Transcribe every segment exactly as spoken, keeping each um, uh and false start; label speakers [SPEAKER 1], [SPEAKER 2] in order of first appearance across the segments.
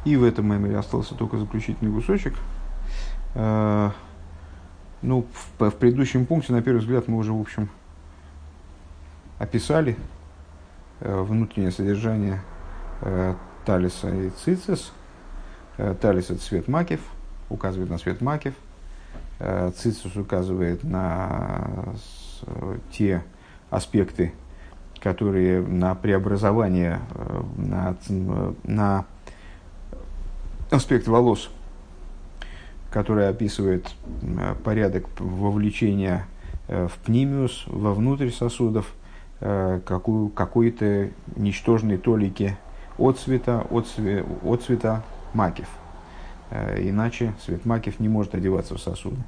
[SPEAKER 1] И в этом меморе остался только заключительный кусочек. Ну, в, в предыдущем пункте, на первый взгляд, мы уже, в общем, описали внутреннее содержание талиса и цицис. Талис – это свет макев, указывает на свет макев. Цицис указывает на те аспекты, которые на преобразование, на, на аспект волос, который описывает порядок вовлечения в пнимиус, вовнутрь сосудов, какую, какой-то ничтожной толики отцвета, отцве, отцвета макев. Иначе свет макев не может одеваться в сосуды.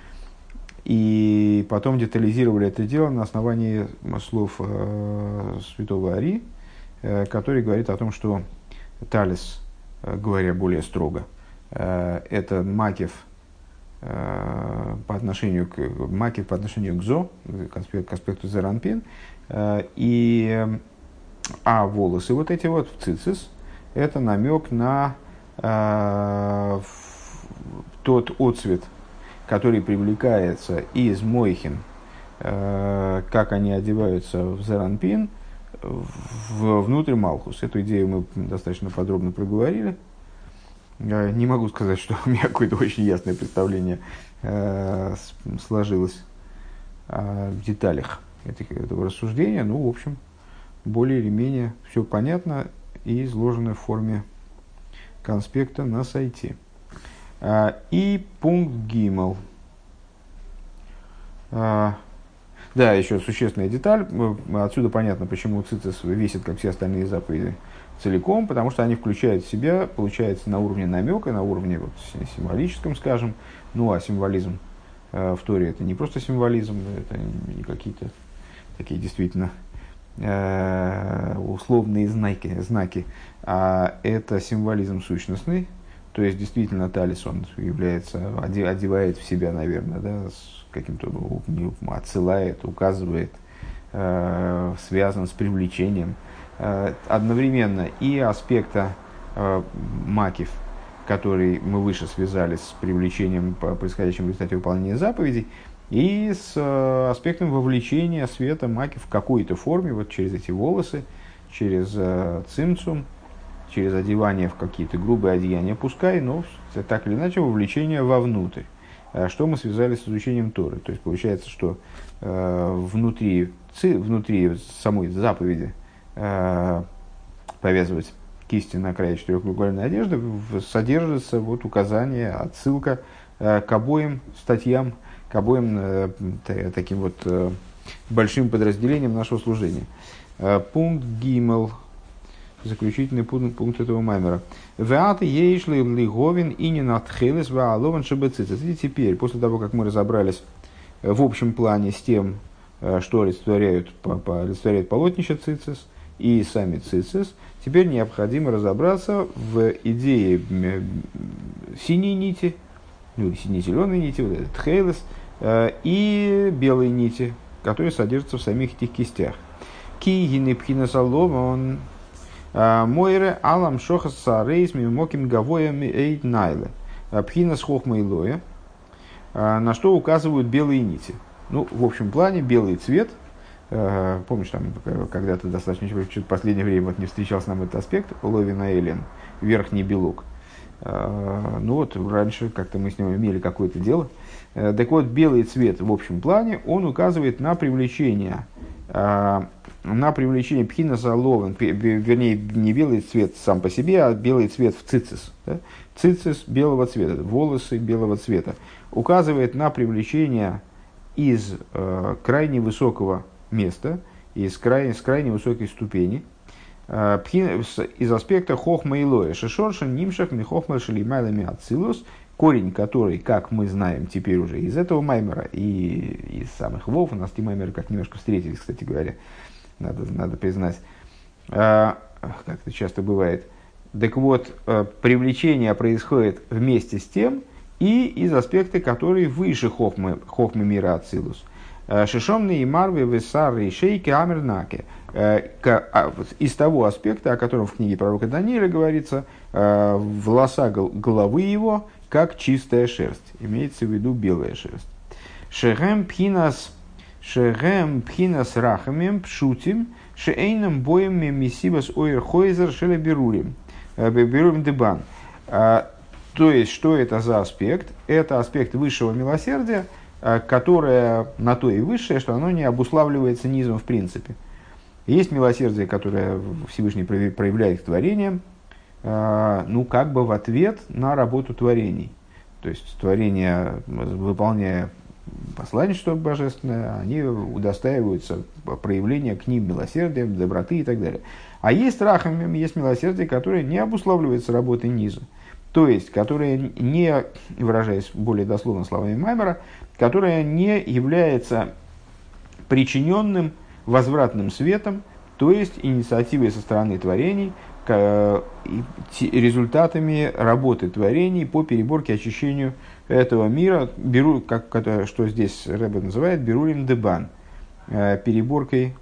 [SPEAKER 1] И потом детализировали это дело на основании слов э, святого Ари, э, который говорит о том, что талис, э, говоря более строго, э, это макев э, по отношению к макев по отношению к зо, к аспекту, к аспекту зеранпин, э, и а волосы вот эти вот в цицис это намек на э, тот отцвет, который привлекается из мойхин, э, как они одеваются в зеранпин, в, внутрь малхус. Эту идею мы достаточно подробно проговорили. Я не могу сказать, что у меня какое-то очень ясное представление э, сложилось о деталях этого рассуждения. Ну, в общем, более или менее все понятно и изложено в форме конспекта на сайте. И пункт Гимел. Да, еще существенная деталь. Отсюда понятно, почему цицис весит, как все остальные заповеди, целиком, потому что они включают в себя, получается, на уровне намека, на уровне вот, символическом, скажем. Ну, а символизм в Торе это не просто символизм, это не какие-то такие действительно условные знаки, знаки, а это символизм сущностный. То есть, действительно, талис, он является, одевает в себя, наверное, да, с каким-то, отсылает, указывает, э, связан с привлечением. Э, одновременно и аспекта э, макив, который мы выше связали с привлечением, происходящим в результате выполнения заповедей, и с э, аспектом вовлечения света макив в какой-то форме, вот через эти волосы, через э, цимцум, через одевание в какие-то грубые одеяния, пускай, но так или иначе вовлечение вовнутрь. Что мы связали с изучением Торы. То есть получается, что э, внутри, ци, внутри самой заповеди э, повязывать кисти на крае четырехугольной одежды содержится вот указание, отсылка э, к обоим статьям, к обоим э, таким вот э, большим подразделениям нашего служения. Э, пункт Гимел. Заключительный пункт, пункт этого маймера. Веаты ейшли лиговин и не надхелес ваалован шебецицис. И теперь, после того, как мы разобрались в общем плане с тем, что олицетворяют, олицетворяют полотнище цицис и сами цицис, теперь необходимо разобраться в идее синей нити, ну, сине-зеленой нити, вот этот тхейлес, и белой нити, которые содержатся в самих этих кистях. Кигины пхинасалован Мойре алам шохас сарейс мимоким гавоями эйт найле. Пхинас хохмайлоя, на что указывают белые нити. Ну, в общем плане, белый цвет. Помнишь, там когда-то достаточно, в последнее время вот не встречался нам этот аспект, ловина элен, верхний белок. Ну вот, раньше как-то мы с ним имели какое-то дело. Так вот, белый цвет в общем плане, он указывает на привлечение на привлечение пхинаса ловен, вернее, не белый цвет сам по себе, а белый цвет в цицис. Да? Цицис белого цвета, волосы белого цвета, указывает на привлечение из э, крайне высокого места, из крайне, с крайне высокой ступени, э, пхин, из аспекта хохма и лоя, шишоршин, нимшах, михохма, шелимайлами ацилус, корень, который, как мы знаем теперь уже из этого маймера и из самых вов, у нас те маймеры как немножко встретились, кстати говоря, Надо, надо признать, а, как это часто бывает. Так вот, привлечение происходит вместе с тем и из аспекта, который выше хохмы, хохмы мира Ацилус. Шишомный и марвы весары шейки амернаки. Из того аспекта, о котором в книге пророка Даниила говорится, волоса головы его, как чистая шерсть. Имеется в виду белая шерсть. Шехем пхинас, шехем пхинас рахамем пшутим, шеэйном боем мисибас ойр хойзер шелеберурим. Берурим дебан. То есть, что это за аспект? Это аспект высшего милосердия, которое на то и высшее, что оно не обуславливается низом в принципе. Есть милосердие, которое Всевышний проявляет к творениям, ну, как бы в ответ на работу творений. То есть, творения, выполняя посланничество божественное, они удостаиваются проявления к ним милосердия, доброты и так далее. А есть рахамим, есть милосердие, которое не обуславливается работой низа. То есть, которое не, выражаясь более дословно словами Маймера, которое не является причиненным возвратным светом, то есть инициативой со стороны творений, результатами работы творений по переборке, очищению этого мира, беру, как, что здесь Ребе называет берурим дебан, переборкой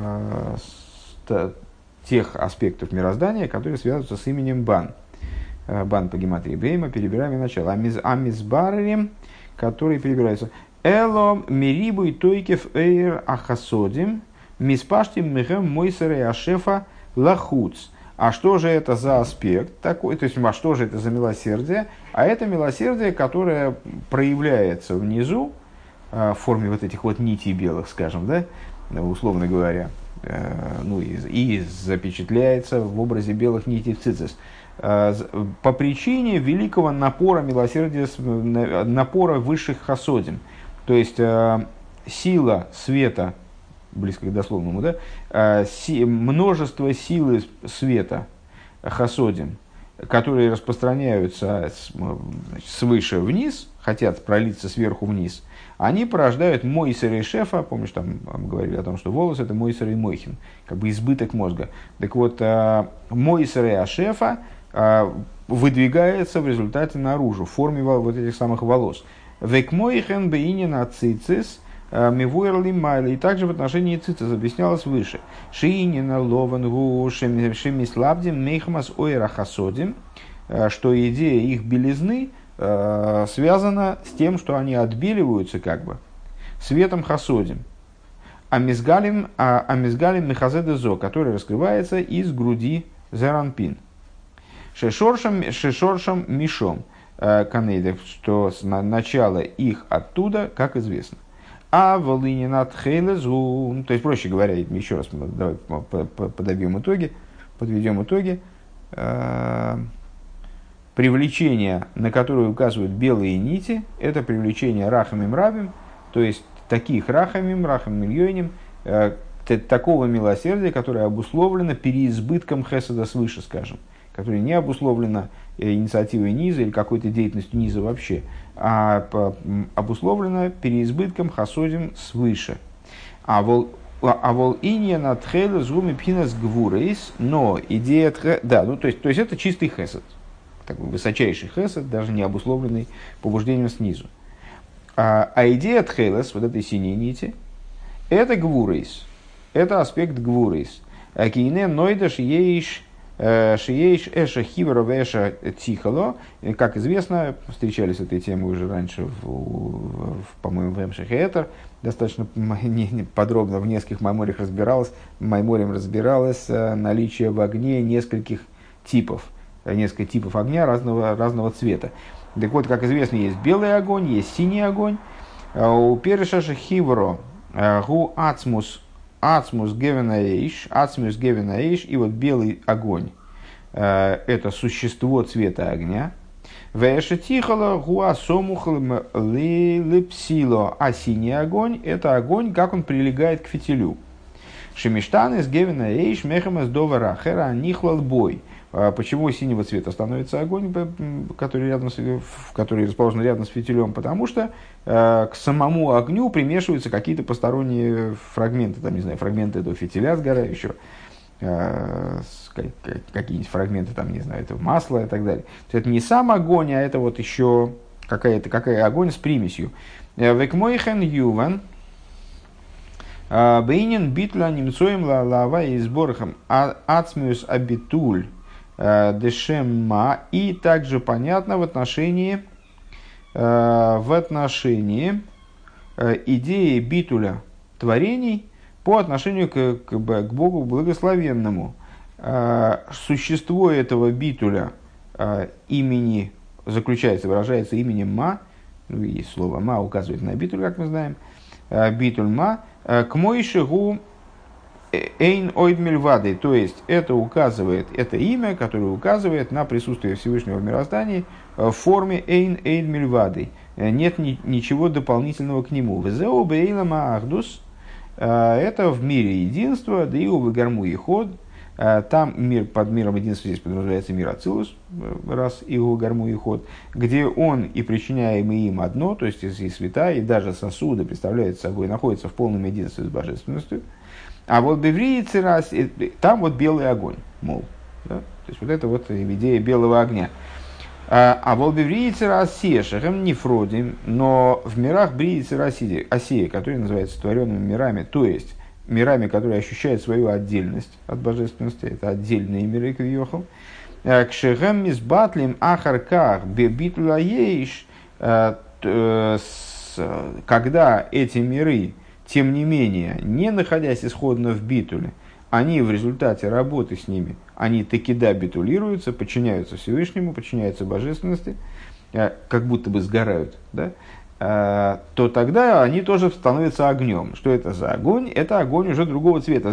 [SPEAKER 1] тех аспектов мироздания, которые связываются с именем Бан. Бан по гематрии Бейма, перебираем начало. Амизбарерим, которые перебираются. Эло мирибуй тойкев эйр ахасодим, миспаштим мехем мойсерей ашефа лахуц. А что же это за аспект такой? То есть, а что же это за милосердие? А это милосердие, которое проявляется внизу, в форме вот этих вот нитей белых, скажем, да, условно говоря, ну и, и запечатляется в образе белых нитей в цицис. По причине великого напора милосердия, напора высших хасодим. То есть, сила света, близко к дословному, да, си, множество силы света, хасодим, которые распространяются значит, свыше вниз, хотят пролиться сверху вниз, они порождают мойсер и шефа. Помнишь, там мы говорили о том, что волос это мойсер и мойхин, как бы избыток мозга. Так вот, мойсер и ашефа выдвигается в результате наружу, в форме вот этих самых волос. Век мойхен бейнин ацицис, и также в отношении цицис объяснялось выше. Шиинина ловангу шемислабдим мейхмас ойрахасодим, что идея их белизны связана с тем, что они отбеливаются как бы светом хасодим. Амизгалим мехазедезо, который раскрывается из груди зеранпин. Шешоршам шешоршам мишом канейдев, что начало их оттуда, как известно. А волынинат хейлезу, то есть, проще говоря, еще раз давай подобьем итоги, подведем итоги. Привлечение, на которое указывают белые нити, это привлечение рахамим рабим, то есть таких рахамим, рахамим ильёним, такого милосердия, которое обусловлено переизбытком хесада свыше, скажем, которое не обусловлено инициативой низа или какой-то деятельностью низа вообще, а обусловлено переизбытком хасодим свыше. А вол а вол инья над хейле зуми пхинас гвурейс, но идея да, ну то есть, то есть это чистый хесед, такой высочайший хесед, даже не обусловленный побуждением снизу. А, а идея тхелес, вот этой синей нити, это гвурейс, это аспект гвурейс. Акине нойдаш ейш шиейш эша хиверов эша тихало. Как известно, встречались с этой темой уже раньше, в, в, в, по-моему, в Эмшехетер, достаточно не, не, подробно в нескольких майморях разбиралось, майморем разбиралось наличие в огне нескольких типов, несколько типов огня разного, разного цвета. Так вот, как известно, есть белый огонь, есть синий огонь. У перешаша хиверо гу ацмус Ацмус гевенаэйш, ацмус гевенаэйш, и вот белый огонь э, – это существо цвета огня. Вэша тихала гуа сомухлм липсило, а синий огонь – это огонь, как он прилегает к фитилю. Шемиштан из гевенаэйш мехамас довара хера нихлал бой. Почему синего цвета становится огонь, который, рядом с, который расположен рядом с фитилем? Потому что э, к самому огню примешиваются какие-то посторонние фрагменты, там, не знаю, фрагменты этого фитиля сгорающего, э, какие-нибудь фрагменты, там, не знаю, этого масла и так далее. То есть это не сам огонь, а это вот еще какая-то какая огонь с примесью. Векмойхен юван, Бейнин битла немцоем лава и сборхам ацмиус абитуль дешемма. И также понятно в отношении, в отношении идеи битуля творений по отношению к, к, к Богу Благословенному. Существо этого битуля имени заключается, выражается именем Ма, ну и слово Ма указывает на битуль, как мы знаем, битуль Ма, к Мойшигу Эйн Ойд Мельвады, то есть это указывает, это имя, которое указывает на присутствие Всевышнего в мироздании в форме Эйн Эйд Мельвады. Нет ни, ничего дополнительного к нему. Везеу Бейлама Ахдус, это в мире единства, да и у Гарму и Ход. Там мир, под миром единства здесь подразумевается мир Ацилус, раз Игу Гарму и Ход, где он и причиняемый им одно, то есть и света, и даже сосуды представляют собой, находятся в полном единстве с божественностью. А вот бевриицы раз, там вот белый огонь, мол. Да? То есть вот это вот идея белого огня. А вот бевриицы раз сешахем нефродим, но в мирах бриицы Осия, которые называются творенными мирами, то есть мирами, которые ощущают свою отдельность от божественности, это отдельные миры квиохал. К шехем мисбатлим ахарках бебитуляеш, когда эти миры, тем не менее, не находясь исходно в битуле, они в результате работы с ними, они таки да битулируются, подчиняются Всевышнему, подчиняются божественности, как будто бы сгорают, да? То тогда они тоже становятся огнем. Что это за огонь? Это огонь уже другого цвета.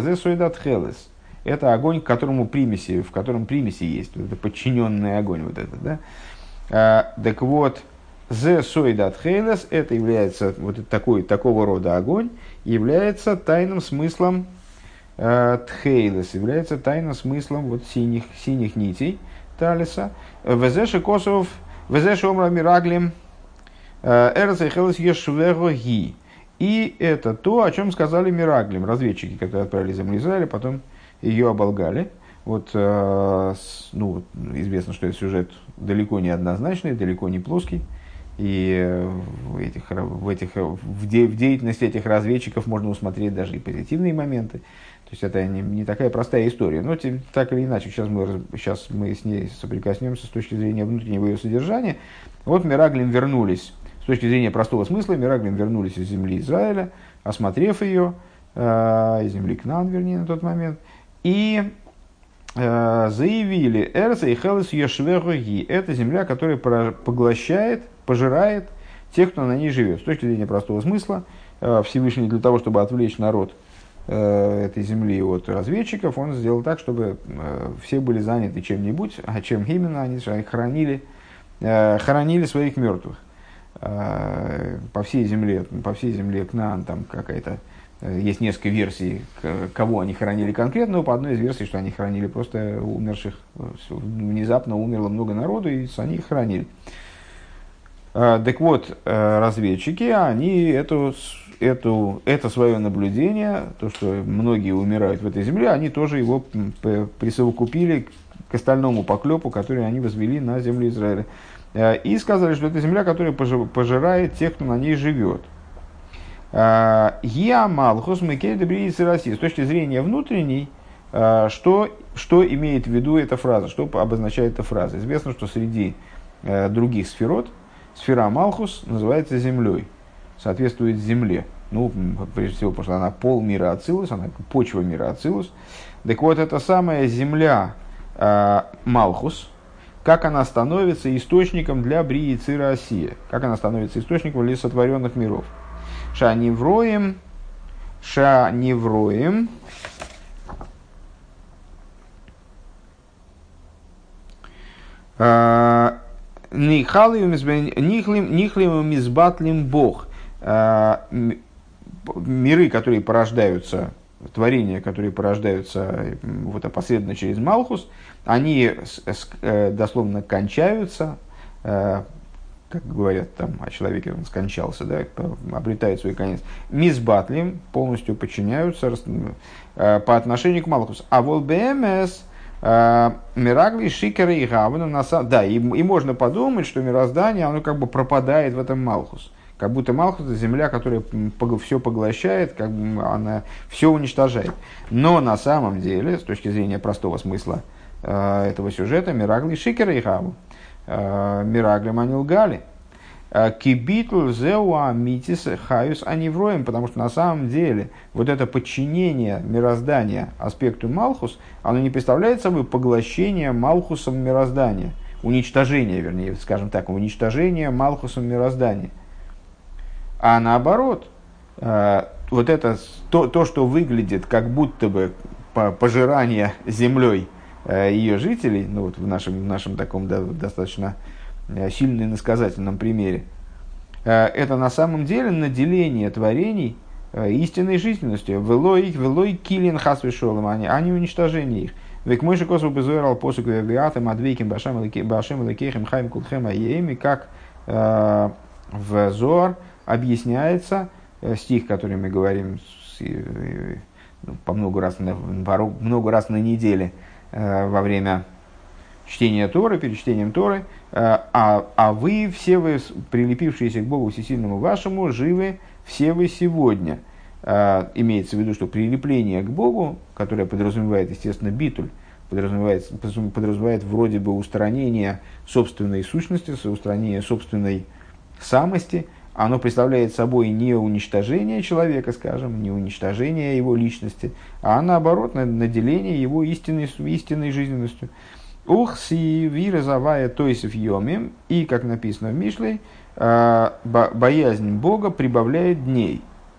[SPEAKER 1] Это огонь, к которому примеси, в котором примеси есть. Это подчиненный огонь. Вот этот, да? Так вот, зе сойдат хейлес, это является вот такой, такого рода огонь, является тайным смыслом э, тхейлес, является тайным смыслом вот синих, синих нитей талиса. Везеши косов, везеши омра мираглим, эрцей хейлес ешвегоги. И это то, о чем сказали мираглим, разведчики, которые отправили в землю Израиля, потом ее оболгали. Вот, э, ну, известно, что этот сюжет далеко не однозначный, далеко не плоский. И в, этих, в, этих, в, де, в деятельности этих разведчиков можно усмотреть даже и позитивные моменты. То есть это не, не такая простая история. Но тем, так или иначе, сейчас мы, сейчас мы с ней соприкоснемся с точки зрения внутреннего ее содержания. Вот мираглим вернулись, с точки зрения простого смысла, мираглим вернулись из земли Израиля, осмотрев ее, э, из земли Кнаан, вернее, на тот момент, и э, заявили: «Эрца и хелес ешвегоги» — это земля, которая поглощает, пожирает тех, кто на ней живет. С точки зрения простого смысла, Всевышний для того, чтобы отвлечь народ этой земли от разведчиков, он сделал так, чтобы все были заняты чем-нибудь, а чем именно они хоронили, хоронили своих мертвых. По всей земле, по всей земле Кнаан там какая-то, есть несколько версий, кого они хоронили конкретно, но по одной из версий, что они хоронили просто умерших, внезапно умерло много народу, и они их хоронили. Так вот, разведчики, они эту, эту, это свое наблюдение, то, что многие умирают в этой земле, они тоже его присовокупили к остальному поклепу, который они возвели на землю Израиля. И сказали, что это земля, которая пожирает тех, кто на ней живет. Я Малхус Микейда Бриицы России. С точки зрения внутренней, что, что имеет в виду эта фраза, что обозначает эта фраза? Известно, что среди других сферот сфера Малхус называется землей, соответствует земле. Ну, прежде всего, потому что она пол мира Ацилус, она почва мира Ацилус. Так вот, эта самая земля э, Малхус, как она становится источником для Брии Цира Осия, как она становится источником для сотворенных миров. Шаневроем, шаневроем, э, Нихлим мизбатлим бог. Миры, которые порождаются, творения, которые порождаются вот, опосредованно через Малхус, они дословно кончаются, как говорят там о человеке, он скончался, да, обретает свой конец. Мизбатлим, полностью подчиняются по отношению к Малхус. А вол БМС Мирагли, Шикера и Гавана, да, и, и можно подумать, что мироздание, оно как бы пропадает в этом Малхус. Как будто Малхус – это земля, которая все поглощает, как бы она все уничтожает. Но на самом деле, с точки зрения простого смысла э, этого сюжета, Мирагли Шикера и Хаву, э, Мирагли Манил Гали, Кибитл Зеуа Митис Хаюс Анивроем, потому что на самом деле вот это подчинение мироздания аспекту Малхус, оно не представляет собой поглощение Малхусом мироздания, уничтожение, вернее, скажем так, уничтожение Малхусом мироздания. А наоборот, вот это, то, то, что выглядит как будто бы пожирание землей ее жителей, ну вот в нашем, в нашем таком да, достаточно сильно иносказательном примере, это на самом деле наделение творений истинной жизненностью. Велой, велой килин хасвишолом, а не уничтожение их. Век мой же косу безуэрал посук вегиатам адвейким башем лекехем хайм кулхем аеми, как в Зоар объясняется стих, который мы говорим по много раз, много раз на неделе во время чтения Торы, перед чтением Торы, а, а вы, все вы, прилепившиеся к Богу Всесильному вашему, живы все вы сегодня. Имеется в виду, что прилепление к Богу, которое подразумевает, естественно, битуль, подразумевает, подразумевает вроде бы устранение собственной сущности, устранение собственной самости, оно представляет собой не уничтожение человека, скажем, не уничтожение его личности, а наоборот, наделение его истинной, истинной жизненностью. Ух си виразовая тойсов йомим, и, как написано в Мишле, боязнь Бога прибавляет дней.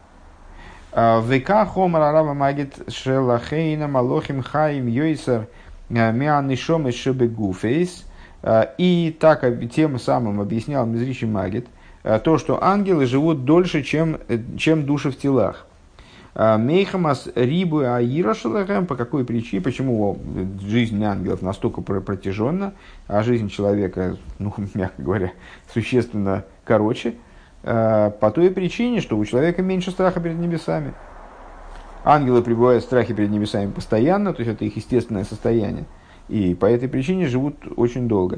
[SPEAKER 1] Века хомар арава магит шелахейна малохим хаим йойсер мианишом и шебегуфейс. И так тем самым объяснял Мизричи Магит то, что ангелы живут дольше, чем, чем души в телах. Мейхамас рибу аира шелахем, по какой причине, почему жизнь ангелов настолько протяженна, а жизнь человека, ну, мягко говоря, существенно короче, по той причине, что у человека меньше страха перед небесами. Ангелы пребывают в страхе перед небесами постоянно, то есть это их естественное состояние. И по этой причине живут очень долго.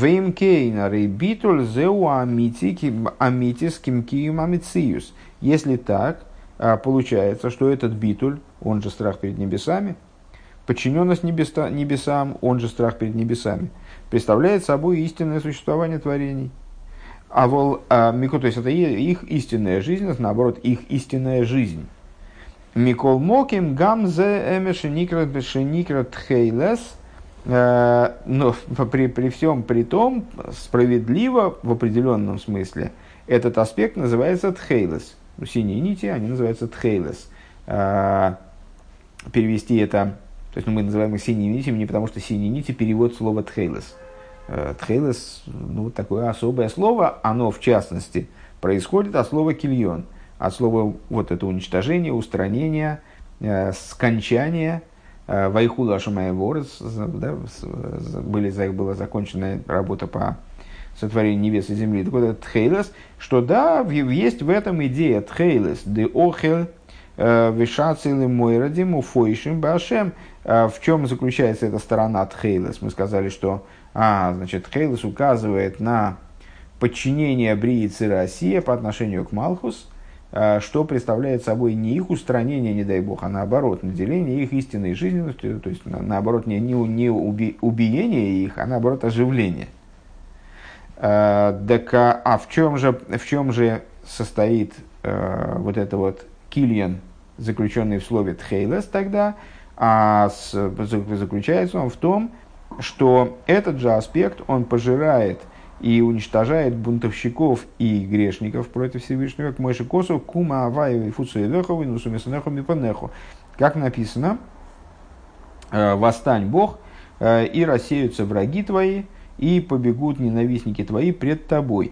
[SPEAKER 1] Если так, получается, что этот битуль, он же страх перед небесами, подчиненность небеса, небесам, он же страх перед небесами, представляет собой истинное существование творений. А вол, а, мико, то есть это их истинная жизнь, наоборот, их истинная жизнь. Микол моким гамзе эмешеникрат шеникрат хейлес. Но при, при всем при том, справедливо в определенном смысле, этот аспект называется тхейлес. Синие нити, они называются тхейлес. Перевести это, то есть ну, мы называем их синими нитями не потому, что синие нити перевод слова тхейлес. Тхейлес, ну, такое особое слово, оно в частности происходит от слова кильон, от слова вот это уничтожение, устранение, скончание. Вайхула Шумая Ворец, да, были, была закончена работа по сотворению небес и земли. Так вот, это тхейлес, что да, есть в этом идея тхейлес, де охел вишацилы мойрадим уфойшим башем. В чем заключается эта сторона тхейлес? Мы сказали, что а, значит, тхейлес указывает на подчинение Брии Цирасия по отношению к Малхус, что представляет собой не их устранение, не дай бог, а наоборот, наделение их истинной жизненностью, то есть наоборот, не, не, не уби, убиение их, а наоборот, оживление. А, так, а в чем же, в чем же состоит а, вот это вот кильян, заключенный в слове тхейлес тогда? А с, заключается он в том, что этот же аспект, он пожирает и уничтожает бунтовщиков и грешников против Всевышнего, к Мойше Косу, Кума Аваевой Фуцуевеховой, Нусумесанеху Мипанеху. Как написано, «Восстань, Бог, и рассеются враги твои, и побегут ненавистники твои пред тобой».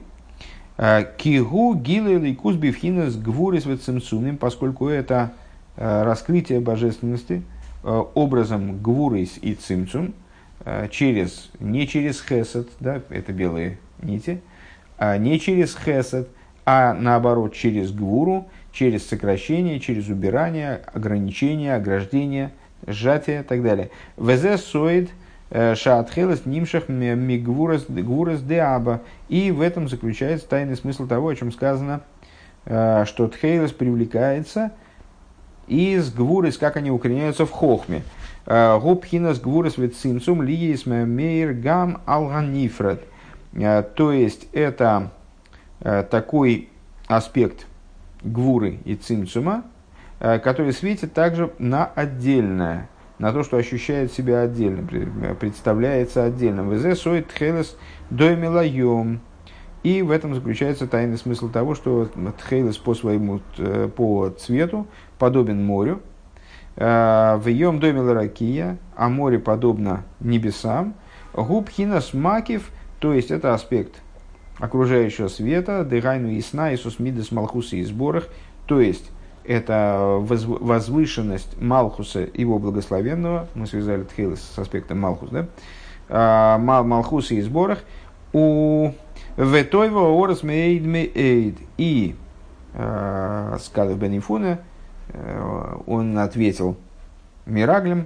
[SPEAKER 1] Кигу гилели кузбивхинес гвурис вецемцумим, поскольку это раскрытие божественности образом гвурис и цимцум, через, не через хесед, да, это белые нити, а не через хесед, а наоборот через гвуру, через сокращение, через убирание, ограничение, ограждение, сжатие и так далее. Везе соид шаатхелес нимшах мигвурес деаба. И в этом заключается тайный смысл того, о чем сказано что тхейлес привлекается из гвурис, как они укореняются в хохме. Губхинас гвурис вет цимцум лиес мейр гам алганифред. То есть это такой аспект гвуры и цимцума, который светит также на отдельное, на то, что ощущает себя отдельным, представляется отдельным. Везе соит тхейлес доймилайом. И в этом заключается тайный смысл того, что тхейлес по своему по цвету подобен морю. В йом домила ракия, а море подобно небесам. Губхинас макив, то есть это аспект окружающего света, дыгайну и сна, Иисус мидас малхуса и сборах, то есть это возвышенность Малхуса, его благословенного, мы связали тхейлес с аспектом Малхус, да? Малхуса и сборах, у Ветойва орас мейд мейд, и сказав Бенифуна, он ответил Мираглем,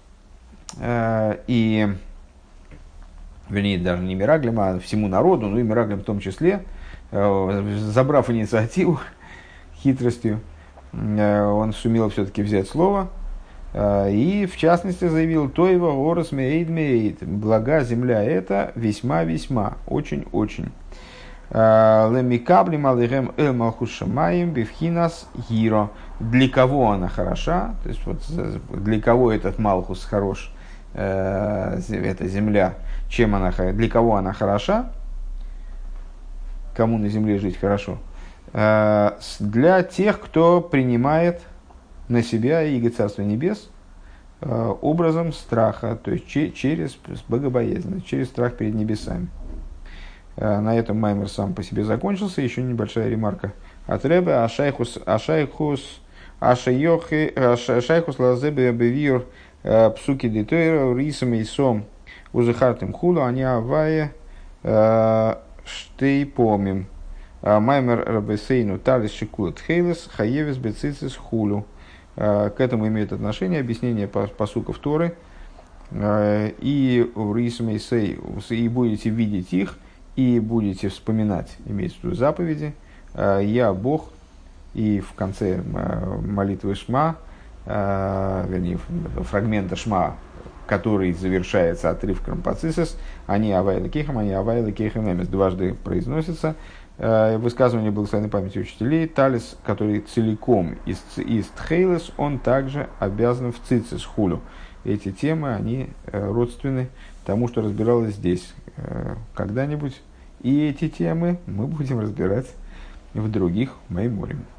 [SPEAKER 1] и, вернее, даже не Мираглем, а всему народу, ну и Мираглем в том числе, забрав инициативу хитростью, он сумел все-таки взять слово, и в частности заявил Тойва орас мейд мейд, блага земля это весьма-весьма, очень-очень. Лемикаблим алихем эл малхус шамаим бифхинас гиро. Для кого она хороша? То есть вот для кого этот малхус хорош? Э, эта земля. Чем она? Для кого она хороша? Кому на земле жить хорошо? Э, для тех, кто принимает на себя иго Царства Небес э, образом страха, то есть че, через богобоязненность, через страх перед небесами. На этом маймер сам по себе закончился. Еще небольшая ремарка от Ребе. Ашайхус ашайхус ашайохи ашайхус лазебе бевир псуки детойра рисом и сом узыхартым хулу они авае штей помим. Маймер рабесейну талис шикулат хейлес хаевис бецицис хулу. К этому имеет отношение объяснение пасуков Торы. И рисом и сей, и будете видеть их, и будете вспоминать, имеется в виду заповеди, «Я Бог», и в конце молитвы Шма, вернее, фрагмента Шма, который завершается отрывком Пацисес, «Они авай лекихам, они авай лекихам эмес», дважды произносится. Высказывание благословенной памяти учителей, талис, который целиком из, из тхейлес, он также обязан в цицис хулю. Эти темы, они родственны тому, что разбиралось здесь. Когда-нибудь и эти темы мы будем разбирать в других майморим.